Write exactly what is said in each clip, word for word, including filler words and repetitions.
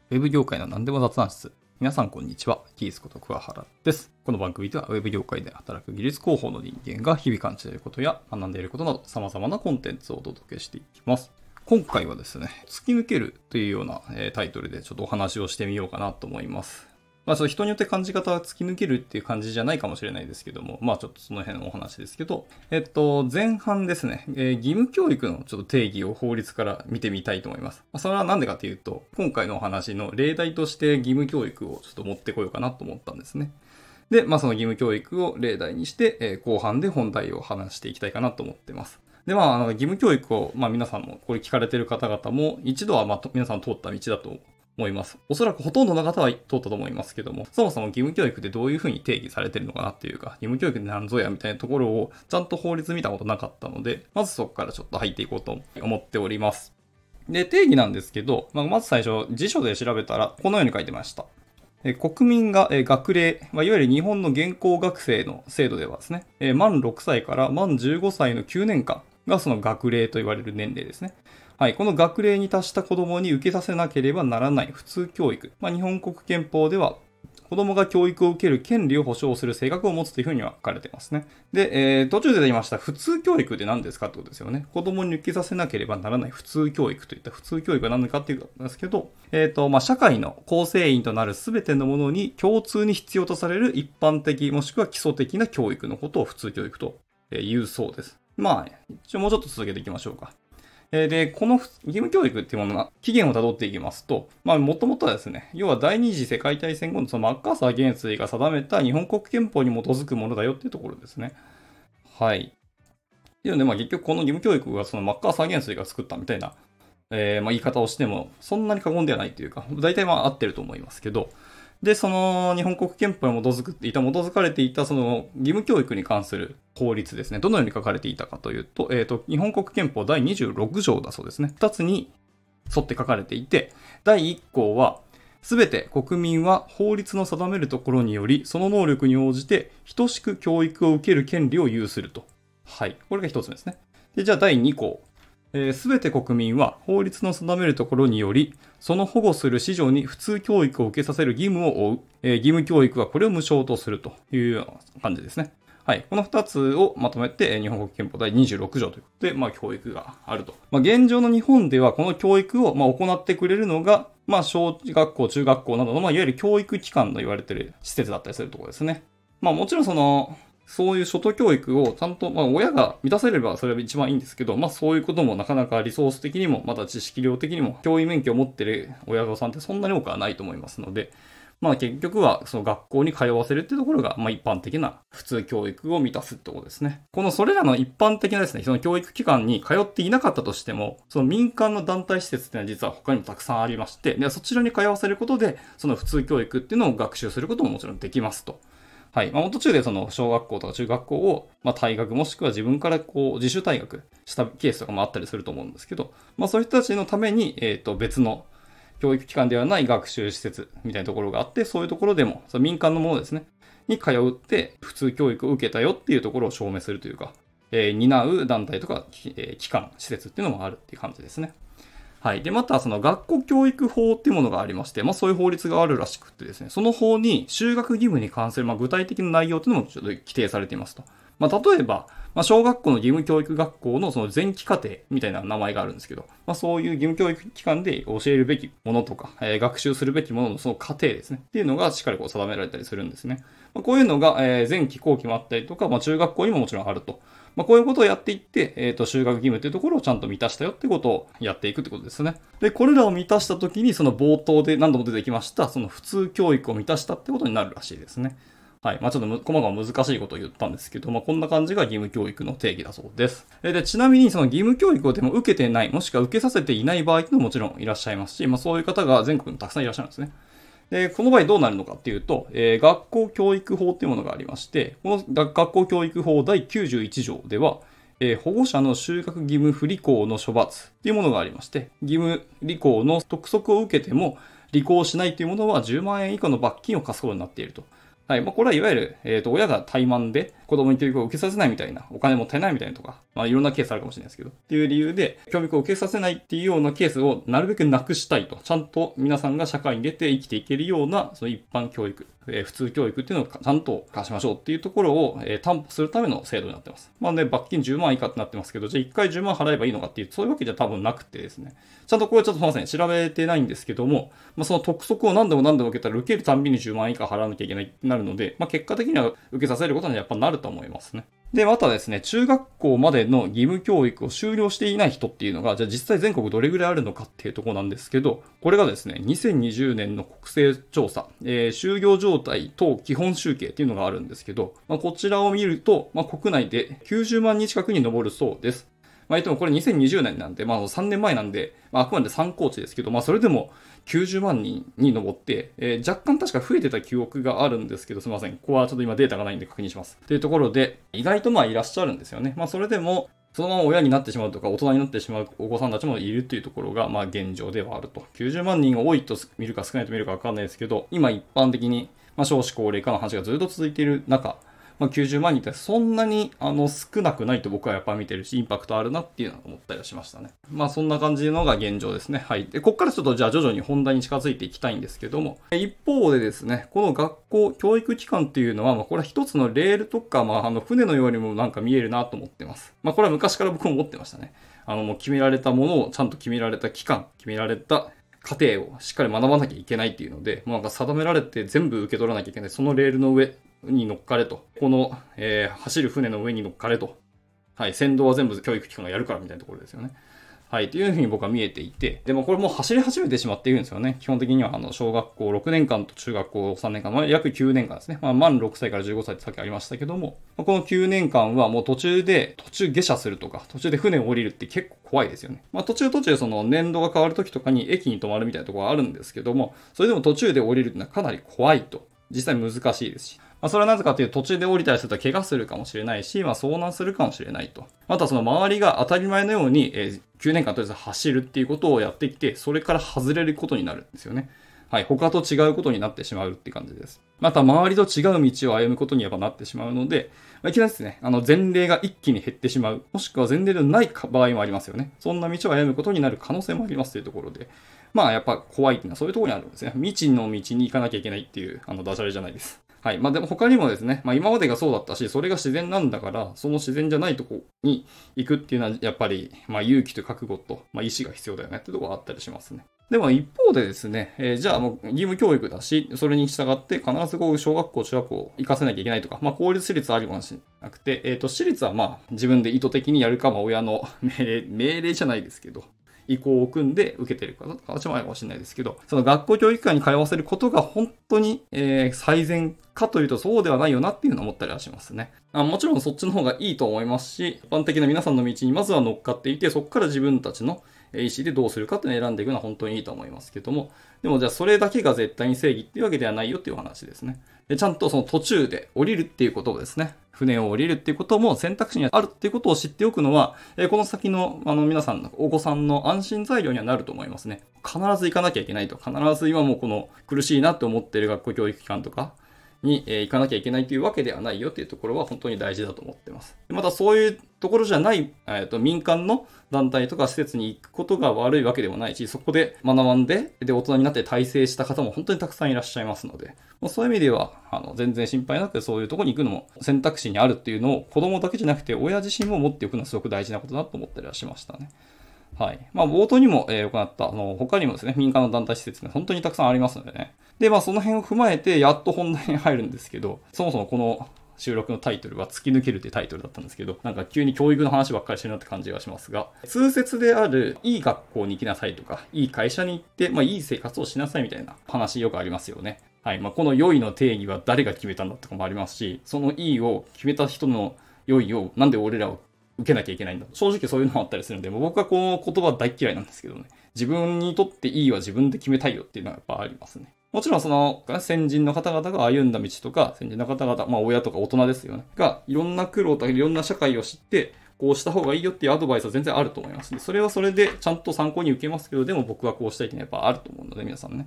ウェブ業界の何でも雑談室。皆さんこんにちは。キースこと桑原です。この番組ではウェブ業界で働く技術広報の人間が日々感じていることや学んでいることなど様々なコンテンツをお届けしていきます。今回はですね、突き抜けるというようなタイトルでちょっとお話をしてみようかなと思います。まあ、その人によって感じ方は突き抜けるっていう感じじゃないかもしれないですけども、まあちょっとその辺のお話ですけど、えっと、前半ですね、えー、義務教育のちょっと定義を法律から見てみたいと思います。まあ、それはなんでかというと、今回のお話の例題として義務教育をちょっと持ってこようかなと思ったんですね。で、まあその義務教育を例題にして、えー、後半で本題を話していきたいかなと思ってます。で、まあ、あの義務教育を、まあ皆さんもこれ聞かれている方々も一度はまあ皆さん通った道だと思います。おそらくほとんどの方は通ったと思いますけども、そもそも義務教育ってどういうふうに定義されてるのかなっていうか、義務教育って何ぞやみたいなところをちゃんと法律見たことなかったので、まずそこからちょっと入っていこうと思っております。で、定義なんですけど、まあ、まず最初辞書で調べたらこのように書いてました。え国民がえ学齢、まあ、いわゆる日本の現行学生の制度ではですね、え満ろくさいから満じゅうごさいのきゅうねんかんがその学齢と言われる年齢ですね。はい。この学齢に達した子供に受けさせなければならない普通教育。まあ、日本国憲法では、子供が教育を受ける権利を保障する性格を持つというふうには書かれていますね。で、えー、途中で言いました普通教育って何ですかってことですよね。子供に受けさせなければならない普通教育といった普通教育は何かっていうんですけど、えっと、まあ、社会の構成員となるすべてのものに共通に必要とされる一般的もしくは基礎的な教育のことを普通教育と言うそうです。まあ、一応もうちょっと続けていきましょうか。で、この義務教育っていうものが起源をたどっていきますと、まあ、もともとはですね、要は第二次世界大戦後のそのマッカーサー元帥が定めた日本国憲法に基づくものだよっていうところですね。はい。っていうので、まあ、結局この義務教育がそのマッカーサー元帥が作ったみたいな、えー、まあ言い方をしても、そんなに過言ではないというか、大体まあ合ってると思いますけど、で、その日本国憲法に基づくっていた、基づかれていたその義務教育に関する法律ですね。どのように書かれていたかというと、えっと、日本国憲法だいにじゅうろくじょうだそうですね。二つに沿って書かれていて、だいいっこうは、すべて国民は法律の定めるところにより、その能力に応じて等しく教育を受ける権利を有すると。はい。これが一つ目ですね。で、じゃあだいにこう。すべ、えー、て国民は法律の定めるところにより、その保護する子女に普通教育を受けさせる義務を負う。えー、義務教育はこれを無償とするというような感じですね。はい。この二つをまとめて、日本国憲法だいにじゅうろくじょうということで、まあ、教育があると。まあ、現状の日本ではこの教育をまあ行ってくれるのが、まあ、小学校、中学校などの、まあ、いわゆる教育機関と言われている施設だったりするところですね。まあ、もちろんその、そういう初等教育をちゃんと、まあ親が満たせればそれは一番いいんですけど、まあそういうこともなかなかリソース的にも、また知識量的にも、教員免許を持っている親御さんってそんなに多くはないと思いますので、まあ結局はその学校に通わせるっていうところが、まあ一般的な普通教育を満たすってことですね。このそれらの一般的なですね、その教育機関に通っていなかったとしても、その民間の団体施設っていうのは実は他にもたくさんありまして、でそちらに通わせることで、その普通教育っていうのを学習することももちろんできますと。はい。まあ、途中でその小学校とか中学校を、まあ、退学もしくは自分からこう自主退学したケースとかもあったりすると思うんですけど、まあそういう人たちのために、えっと別の教育機関ではない学習施設みたいなところがあって、そういうところでも、その民間のものですね、に通って普通教育を受けたよっていうところを証明するというか、えー、担う団体とか、えー、機関、施設っていうのもあるっていう感じですね。はい。で、また、その学校教育法っていうものがありまして、まあそういう法律があるらしくってですね、その法に就学義務に関する、まあ具体的な内容っていうのもちょっと規定されていますと。まあ例えば、まあ小学校の義務教育学校のその前期課程みたいな名前があるんですけど、まあそういう義務教育機関で教えるべきものとか、えー、学習するべきもののその過程ですね。っていうのがしっかりこう定められたりするんですね。まあこういうのが、えー、前期後期もあったりとか、まあ中学校にももちろんあると。まあ、こういうことをやっていって、えっと、就学義務というところをちゃんと満たしたよってことをやっていくってことですね。で、これらを満たしたときに、その冒頭で何度も出てきました、その普通教育を満たしたってことになるらしいですね。はい。まあちょっと細かく難しいことを言ったんですけど、まあこんな感じが義務教育の定義だそうです。で、ちなみにその義務教育をでも受けてない、もしくは受けさせていない場合っていうのももちろんいらっしゃいますし、まあそういう方が全国にたくさんいらっしゃるんですね。で、この場合どうなるのかっていうと、えー、学校教育法っていうものがありまして、この学校教育法だいきゅうじゅういちじょうでは、えー、保護者の就学義務不履行の処罰っていうものがありまして、義務履行の督促を受けても履行しないというものはじゅうまんえん以下の罰金を課すことになっていると。はい。まあ、これはいわゆる、えっと、親が怠慢で、 子供に教育を受けさせないみたいな、お金もったいないみたいなとか、まあいろんなケースあるかもしれないですけど、っていう理由で、教育を受けさせないっていうようなケースをなるべくなくしたいと、ちゃんと皆さんが社会に出て生きていけるような、その一般教育、えー、普通教育っていうのをちゃんと貸しましょうっていうところを、えー、担保するための制度になってます。まあね、罰金じゅうまん以下ってなってますけど、じゃあいっかいじゅうまん払えばいいのかっていう、そういうわけじゃ多分なくてですね、ちゃんとこれちょっとすいません、調べてないんですけども、まあその督促を何度も何度も受けたら受けるたんびにじゅうまん以下払わなきゃいけないってなるので、まあ結果的には受けさせることにはやっぱなると思いますね。で、またですね、中学校までの義務教育を修了していない人っていうのが、じゃあ実際全国どれぐらいあるのかっていうところなんですけど、これがですね、にせんにじゅうねんの国勢調査、えー、就業状態等基本集計っていうのがあるんですけど、まあ、こちらを見ると、まあ、国内できゅうじゅうまんにん近くに上るそうです。まあ、言ってもこれにせんにじゅうねんなんで、まあさんねんまえなんで、まあ、あくまで参考値ですけど、まあそれでもきゅうじゅうまんにんに上って、えー、若干確か増えてた記憶があるんですけど、すみません。ここはちょっと今データがないんで確認します。というところで、意外とまあいらっしゃるんですよね。まあそれでも、そのまま親になってしまうとか、大人になってしまうお子さんたちもいるというところが、まあ現状ではあると。きゅうじゅうまんにんが多いと見るか少ないと見るかわかんないですけど、今一般的に、まあ少子高齢化の話がずっと続いている中、まあ、きゅうじゅうまんにんってそんなにあの少なくないと僕はやっぱ見てるし、インパクトあるなっていうのを思ったりはしましたね。まあそんな感じのが現状ですね。はい。で、こっからちょっとじゃあ徐々に本題に近づいていきたいんですけども、一方でですね、この学校、教育機関っていうのは、まあこれは一つのレールとか、まああの船のようにもなんか見えるなと思ってます。まあこれは昔から僕も思ってましたね。あのもう決められたものをちゃんと決められた期間、決められた過程をしっかり学ばなきゃいけないっていうので、もうなんか定められて全部受け取らなきゃいけない。そのレールの上に乗っかれと。この、えー、走る船の上に乗っかれと。はい。先導は全部教育機関がやるからみたいなところですよね。はい。っていうふうに僕は見えていて、でもこれもう走り始めてしまっているんですよね。基本的には、あの、小学校ろくねんかんと中学校さんねんかん、まあ、約きゅうねんかんですね。まあ、満ろくさいからじゅうごさいってさっきありましたけども、このきゅうねんかんはもう途中で、途中下車するとか、途中で船を降りるって結構怖いですよね。まあ、途中途中その年度が変わる時とかに駅に止まるみたいなところがあるんですけども、それでも途中で降りるってのはかなり怖いと。実際難しいですし。まあ、それはなぜかというと途中で降りたりすると怪我するかもしれないし、まあ遭難するかもしれないと。またその周りが当たり前のように、えー、きゅうねんかんとりあえず走るっていうことをやってきて、それから外れることになるんですよね。はい。他と違うことになってしまうっていう感じです。また周りと違う道を歩むことにやっぱなってしまうので、まあ、いきなりですね、あの前例が一気に減ってしまう。もしくは前例のない場合もありますよね。そんな道を歩むことになる可能性もありますというところで。まあやっぱ怖いっていうのはそういうところにあるんですね。未知の道に行かなきゃいけないっていう、あのダジャレじゃないです。はい。まあでも他にもですね、まあ今までがそうだったし、それが自然なんだから、その自然じゃないとこに行くっていうのはやっぱり、まあ勇気と覚悟と、まあ意志が必要だよねってところがあったりしますね。でも一方でですね、えー、じゃあもう義務教育だし、それに従って必ずこう小学校、中学校行かせなきゃいけないとか、まあ公立私立あるかもしれなくて、えっと、私立はまあ自分で意図的にやるか、まあ親の命令、命令じゃないですけど、意向を組んで受けてる方とか、私もあるかもしれないですけど、その学校教育機関に通わせることが本当に、えー、最善かというとそうではないよなっていうのを思ったりはしますね。あもちろんそっちの方がいいと思いますし、一般的な皆さんの道にまずは乗っかっていて、そこから自分たちの意思でどうするかっていうのを選んでいくのは本当にいいと思いますけども、でもじゃあそれだけが絶対に正義っていうわけではないよっていう話ですね。でちゃんとその途中で降りるっていうことをですね、船を降りるっていうことも選択肢にあるっていうことを知っておくのは、この先のあの皆さんのお子さんの安心材料にはなると思いますね。必ず行かなきゃいけないと、必ず今もこの苦しいなって思っている学校教育機関とかに行かなきゃいけないというわけではないよっていうところは本当に大事だと思っています。またそういうところじゃない、えっと、民間の団体とか施設に行くことが悪いわけでもないし、そこで学んで、で、大人になって大成した方も本当にたくさんいらっしゃいますので、もうそういう意味では、あの、全然心配なくそういうところに行くのも選択肢にあるっていうのを子供だけじゃなくて親自身も持っておくのはすごく大事なことだと思ったりはしましたね。はい。まあ、冒頭にも、えー、行った、あの、他にもですね、民間の団体施設ね、本当にたくさんありますのでね。で、まあ、その辺を踏まえて、やっと本題に入るんですけど、そもそもこの収録のタイトルは突き抜けるっていうタイトルだったんですけど、なんか急に教育の話ばっかりしてるなって感じがしますが、通説である、いい学校に行きなさいとか、いい会社に行って、まあ、いい生活をしなさいみたいな話よくありますよね。はい。まあ、この良いの定義は誰が決めたんだとかもありますし、そのいいを決めた人の良いを、なんで俺らを受けなきゃいけないんだ。正直そういうのもあったりするんで、もう僕はこの言葉大嫌いなんですけどね。自分にとっていいは自分で決めたいよっていうのはやっぱありますね。もちろんその先人の方々が歩んだ道とか、先人の方々、まあ親とか大人ですよね。が、いろんな苦労とかいろんな社会を知って、こうした方がいいよっていうアドバイスは全然あると思います。で、それはそれでちゃんと参考に受けますけど、でも僕はこうしたいっていうのはやっぱあると思うので、皆さんね。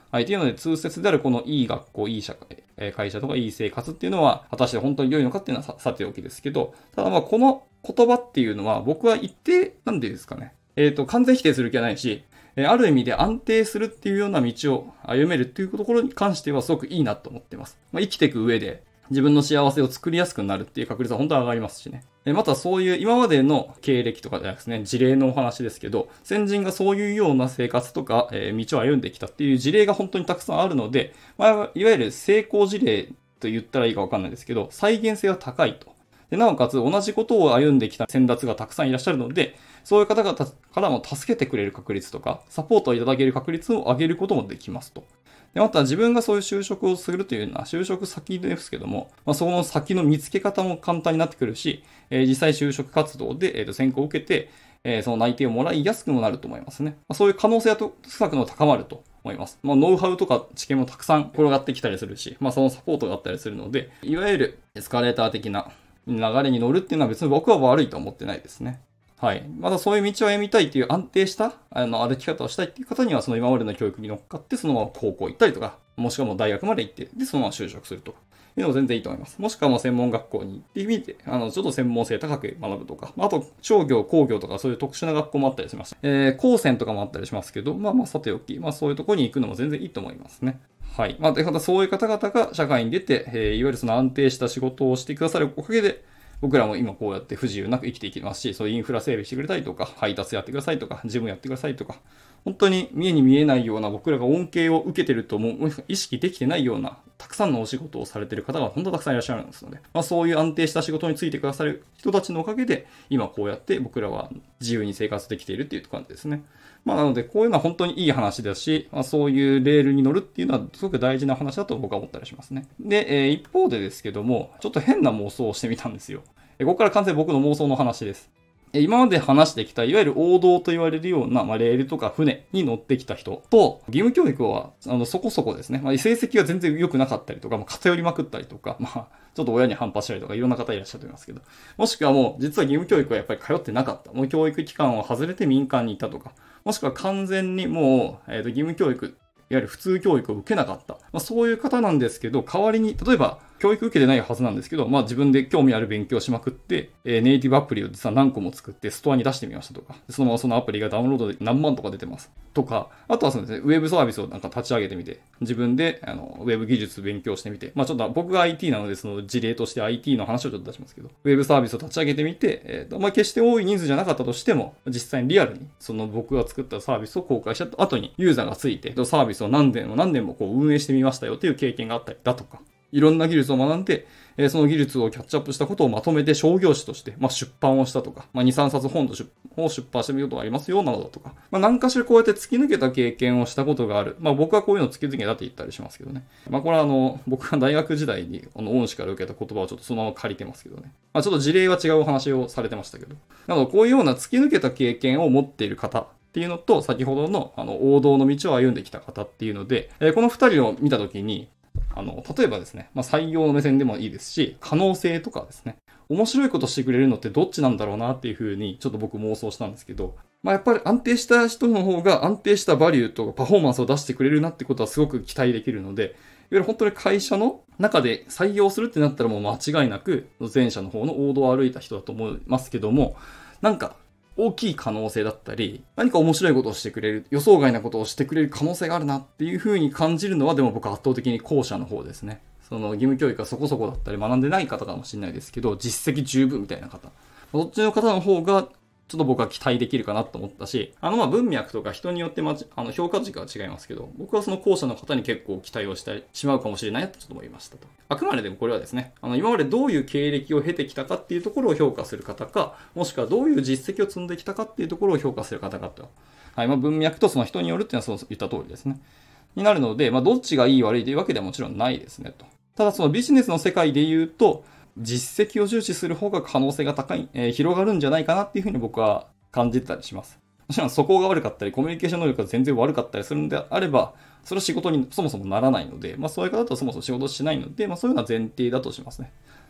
はい。っていうので、通説であるこのいい学校、いい社会、えー会社とかいい生活っていうのは、果たして本当に良いのかっていうのはささておきですけど、ただまあ、この言葉っていうのは、僕は一定、なんでですかね。えっと、完全否定する気はないし、えーある意味で安定するっていうような道を歩めるっていうところに関してはすごくいいなと思っています。まあ、生きていく上で、自分の幸せを作りやすくなるっていう確率は本当は上がりますしね。またそういう今までの経歴とかじゃなくてね、事例のお話ですけど、先人がそういうような生活とか、えー道を歩んできたっていう事例が本当にたくさんあるので、まあ、いわゆる成功事例と言ったらいいかわかんないですけど、再現性は高いと。でなおかつ同じことを歩んできた先達がたくさんいらっしゃるので、そういう方々からも助けてくれる確率とか、サポートをいただける確率を上げることもできますと。で、また自分がそういう就職をするというのは、就職先ですけども、まあ、その先の見つけ方も簡単になってくるし、えー実際就職活動で、えーと選考を受けて、えーその内定をもらいやすくもなると思いますね。まあ、そういう可能性はと少なくとも高まると思います。まあ、ノウハウとか知見もたくさん転がってきたりするし、まあ、そのサポートがあったりするので、いわゆるエスカレーター的な流れに乗るっていうのは別に僕は悪いとは思ってないですね。はい。またそういう道を歩みたいっていう安定した、あの、歩き方をしたいっていう方には、その今までの教育に乗っかって、そのまま高校行ったりとか、もしくはもう大学まで行って、で、そのまま就職するというのも全然いいと思います。もしくはもう専門学校に行ってみて、あの、ちょっと専門性高く学ぶとか、あと、商業、工業とかそういう特殊な学校もあったりします。えー、高専とかもあったりしますけど、まあまあさておき、まあそういうところに行くのも全然いいと思いますね。はい。まあ、で、またそういう方々が社会に出て、えーいわゆるその安定した仕事をしてくださるおかげで、僕らも今こうやって不自由なく生きていきますし、そういうインフラ整備してくれたりとか、配達やってくださいとか、事務やってくださいとか、本当に見えに見えないような僕らが恩恵を受けてるともう意識できてないような、たくさんのお仕事をされている方が本当にたくさんいらっしゃるんですので、まあそういう安定した仕事についてくださる人たちのおかげで、今こうやって僕らは自由に生活できているっていう感じですね。まあなので、こういうのは本当にいい話だし、まあそういうレールに乗るっていうのはすごく大事な話だと僕は思ったりしますね。で、えー一方でですけども、ちょっと変な妄想をしてみたんですよ。ここから完全に僕の妄想の話です。今まで話してきた、いわゆる王道と言われるような、まあ、レールとか船に乗ってきた人と、義務教育は、あの、そこそこですね。まあ、成績が全然良くなかったりとか、まあ、偏りまくったりとか、まあ、ちょっと親に反発したりとか、いろんな方いらっしゃると思いますけど、もしくはもう、実は義務教育はやっぱり通ってなかった。もう教育機関を外れて民間にいたとか、もしくは完全にもう、えっと、義務教育、いわゆる普通教育を受けなかった。まあ、そういう方なんですけど、代わりに、例えば、教育受けてないはずなんですけど、まあ自分で興味ある勉強をしまくって、えーネイティブアプリを実は何個も作ってストアに出してみましたとか、そのままそのアプリがダウンロードで何万とか出てます。とか、あとはそうですね、ウェブサービスをなんか立ち上げてみて、自分であのウェブ技術勉強してみて、まあちょっと僕が アイティー なのでその事例として アイティー の話をちょっと出しますけど、ウェブサービスを立ち上げてみて、えーとまあ決して多い人数じゃなかったとしても、実際にリアルにその僕が作ったサービスを公開した後にユーザーがついて、サービスを何年も何年もこう運営してみましたよっていう経験があったりだとか、いろんな技術を学んで、えーその技術をキャッチアップしたことをまとめて商業誌として、まあ、出版をしたとか、まあ、に、さんさつ本と出を出版してみることがありますよ、などだとか、まあ、何かしらこうやって突き抜けた経験をしたことがある。まあ、僕はこういうのを突き抜けだって言ったりしますけどね。まあ、これはあの、僕が大学時代に、この恩師から受けた言葉をちょっとそのまま借りてますけどね。まあ、ちょっと事例は違うお話をされてましたけど。なので、こういうような突き抜けた経験を持っている方、っていうのと、先ほどの、あの、王道の道を歩んできた方っていうので、えーこの二人を見たときに、あの、例えばですね、まあ、採用の目線でもいいですし、可能性とかですね、面白いことしてくれるのってどっちなんだろうなっていうふうに、ちょっと僕妄想したんですけど、まあ、やっぱり安定した人の方が安定したバリューとかパフォーマンスを出してくれるなってことはすごく期待できるので、いわゆる本当に会社の中で採用するってなったらもう間違いなく、前者の方の王道を歩いた人だと思いますけども、なんか、大きい可能性だったり、何か面白いことをしてくれる、予想外なことをしてくれる可能性があるなっていう風に感じるのは、でも僕は圧倒的に後者の方ですね。その義務教育がそこそこだったり学んでない方かもしれないですけど、実績十分みたいな方。そっちの方の方が、ちょっと僕は期待できるかなと思ったし、あのまあ文脈とか人によってまちあの評価軸は違いますけど、僕はその後者の方に結構期待をしてしまうかもしれないとちょっと思いましたと。あくまででもこれはですね、あの今までどういう経歴を経てきたかっていうところを評価する方か、もしくはどういう実績を積んできたかっていうところを評価する方かと。はい、まあ文脈とその人によるっていうのはそう言った通りですね。になるので、まあどっちがいい悪いというわけではもちろんないですねと。ただそのビジネスの世界で言うと、実績を重視する方が可能性が高い、えー広がるんじゃないかなっていうふうに僕は感じてたりします。もちろん素行が悪かったり、コミュニケーション能力が全然悪かったりするのであれば、それは仕事にそもそもならないので、まあそういう方とそもそも仕事しないので、まあそういうのは前提だとしますね。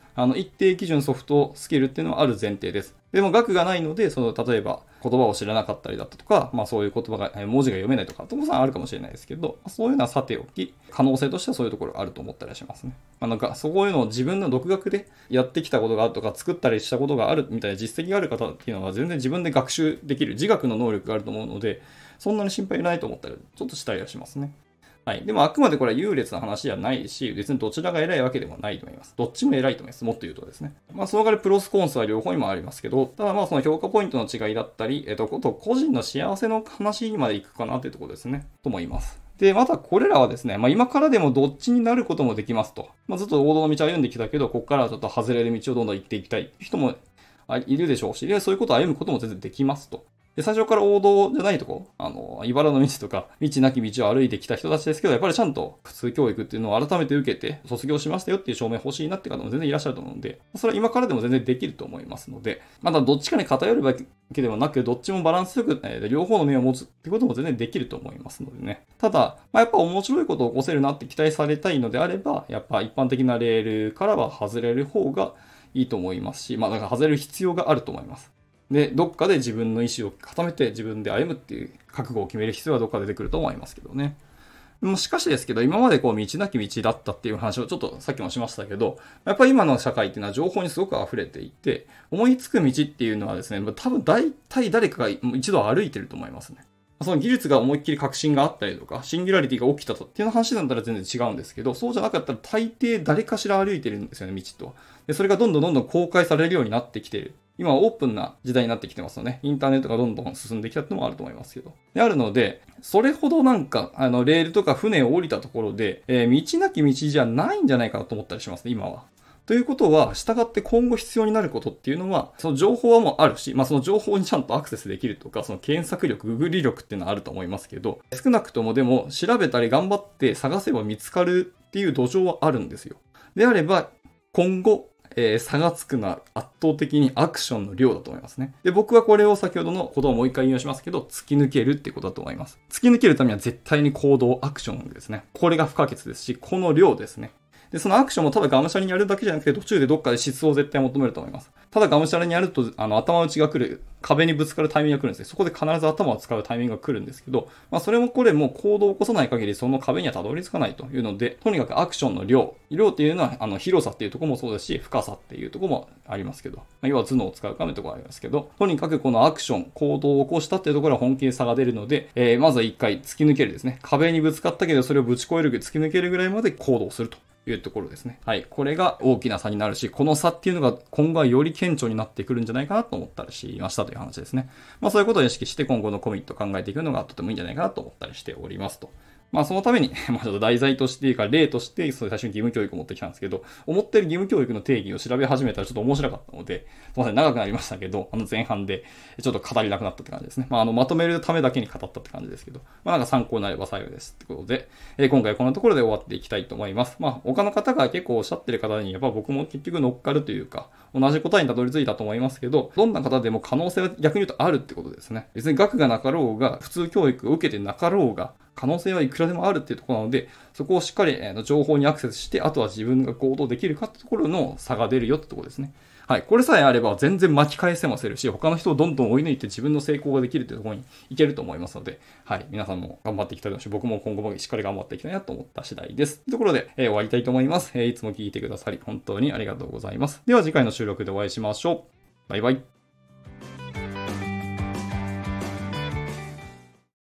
あの、一定基準ソフトスキルっていうのはある前提です。でも学がないので、その、例えば言葉を知らなかったりだったとか、まあそういう言葉が、文字が読めないとか、とこさんあるかもしれないですけど、そういうのはさておき、可能性としてはそういうところがあると思ったりしますね。まあなんか、そういうのを自分の独学でやってきたことがあるとか、作ったりしたことがあるみたいな実績がある方っていうのは全然自分で学習できる、自学の能力があると思うので、そんなに心配いらないと思ったら、ちょっとしたりはしますね。はい。でもあくまでこれは優劣の話ではないし、別にどちらが偉いわけでもないと思います。どっちも偉いと思います。もっと言うとですね。まあ、その代わりプロスコンスは両方にもありますけど、ただまあその評価ポイントの違いだったり、えっと、こと個人の幸せの話にまで行くかなというところですね。と思います。で、またこれらはですね、まあ今からでもどっちになることもできますと。まあずっと王道の道を歩んできたけど、ここからはちょっと外れる道をどんどん行っていきたい人もいるでしょうし、そういうことを歩むことも全然できますと。で、最初から王道じゃないとこ、あの、茨の道とか、道なき道を歩いてきた人たちですけど、やっぱりちゃんと普通教育っていうのを改めて受けて、卒業しましたよっていう証明欲しいなって方も全然いらっしゃると思うので、それは今からでも全然できると思いますので、まだどっちかに偏るわけではなく、どっちもバランスよく、えー、両方の面を持つってことも全然できると思いますのでね。ただ、まあ、やっぱ面白いことを起こせるなって期待されたいのであれば、やっぱ一般的なレールからは外れる方がいいと思いますし、まあだから外れる必要があると思います。で、どっかで自分の意思を固めて自分で歩むっていう覚悟を決める必要はどっかで出てくると思いますけどね。しかしですけど、今までこう道なき道だったっていう話をちょっとさっきもしましたけど、やっぱり今の社会っていうのは情報にすごく溢れていて、思いつく道っていうのはですね、多分大体誰かが一度歩いてると思いますね。その技術が思いっきり革新があったりとか、シンギュラリティが起きたとっていう話だったら全然違うんですけど、そうじゃなかったら大抵誰かしら歩いてるんですよね、道と。で、それがどんどんどんどん公開されるようになってきている。今はオープンな時代になってきてますよね。インターネットがどんどん進んできたってのもあると思いますけど。で、あるので、それほどなんか、あの、レールとか船を降りたところで、えー、道なき道じゃないんじゃないかなと思ったりしますね、今は。ということは、従って今後必要になることっていうのは、その情報はもうあるし、まあその情報にちゃんとアクセスできるとか、その検索力、ググり力っていうのはあると思いますけど、少なくともでも調べたり頑張って探せば見つかるっていう土壌はあるんですよ。であれば、今後、えー、差がつくのは圧倒的にアクションの量だと思いますね。で、僕はこれを先ほどのことをもう一回引用しますけど、突き抜けるってことだと思います。突き抜けるためには絶対に行動、アクションですね。これが不可欠ですし、この量ですね。で、そのアクションもただがむしゃらにやるだけじゃなくて、途中でどっかで質を絶対求めると思います。ただがむしゃらにやると、あの、頭打ちが来る、壁にぶつかるタイミングが来るんですね。そこで必ず頭を使うタイミングが来るんですけど、まあ、それもこれも行動を起こさない限り、その壁にはたどり着かないというので、とにかくアクションの量。量っていうのは、あの、広さっていうところもそうですし、深さっていうところもありますけど、まあ、要は頭脳を使うかというところがありますけど、とにかくこのアクション、行動を起こしたっていうところは本気で差が出るので、えー、まずは一回突き抜けるですね。壁にぶつかったけど、それをぶち越える、突き抜けるぐらいまで行動すると。いうところですね。はい。これが大きな差になるし、この差っていうのが今後はより顕著になってくるんじゃないかなと思ったりしましたという話ですね。まあそういうことを意識して今後のコミットを考えていくのがとてもいいんじゃないかなと思ったりしておりますと。まあそのために、まあちょっと題材としていうか例として、その最初に義務教育を持ってきたんですけど、思ってる義務教育の定義を調べ始めたらちょっと面白かったので、すみません、長くなりましたけど、あの前半でちょっと語りなくなったって感じですね。まああのまとめるためだけに語ったって感じですけど、まあなんか参考になれば幸いですってことで、えー、今回こんなところで終わっていきたいと思います。まあ他の方が結構おっしゃってる方に、やっぱ僕も結局乗っかるというか、同じ答えにたどり着いたと思いますけど、どんな方でも可能性は逆に言うとあるってことですね。別に学がなかろうが、普通教育を受けてなかろうが、可能性はいくらでもあるっていうところなので、そこをしっかり情報にアクセスして、あとは自分が行動できるかってところの差が出るよってところですね。はい。これさえあれば全然巻き返せませるし、他の人をどんどん追い抜いて自分の成功ができるっていうところにいけると思いますので、はい。皆さんも頑張っていきたいと思いますし、僕も今後もしっかり頑張っていきたいなと思った次第です。というところで、えー、終わりたいと思います。えー、いつも聞いてくださり本当にありがとうございます。では次回の収録でお会いしましょう。バイバイ。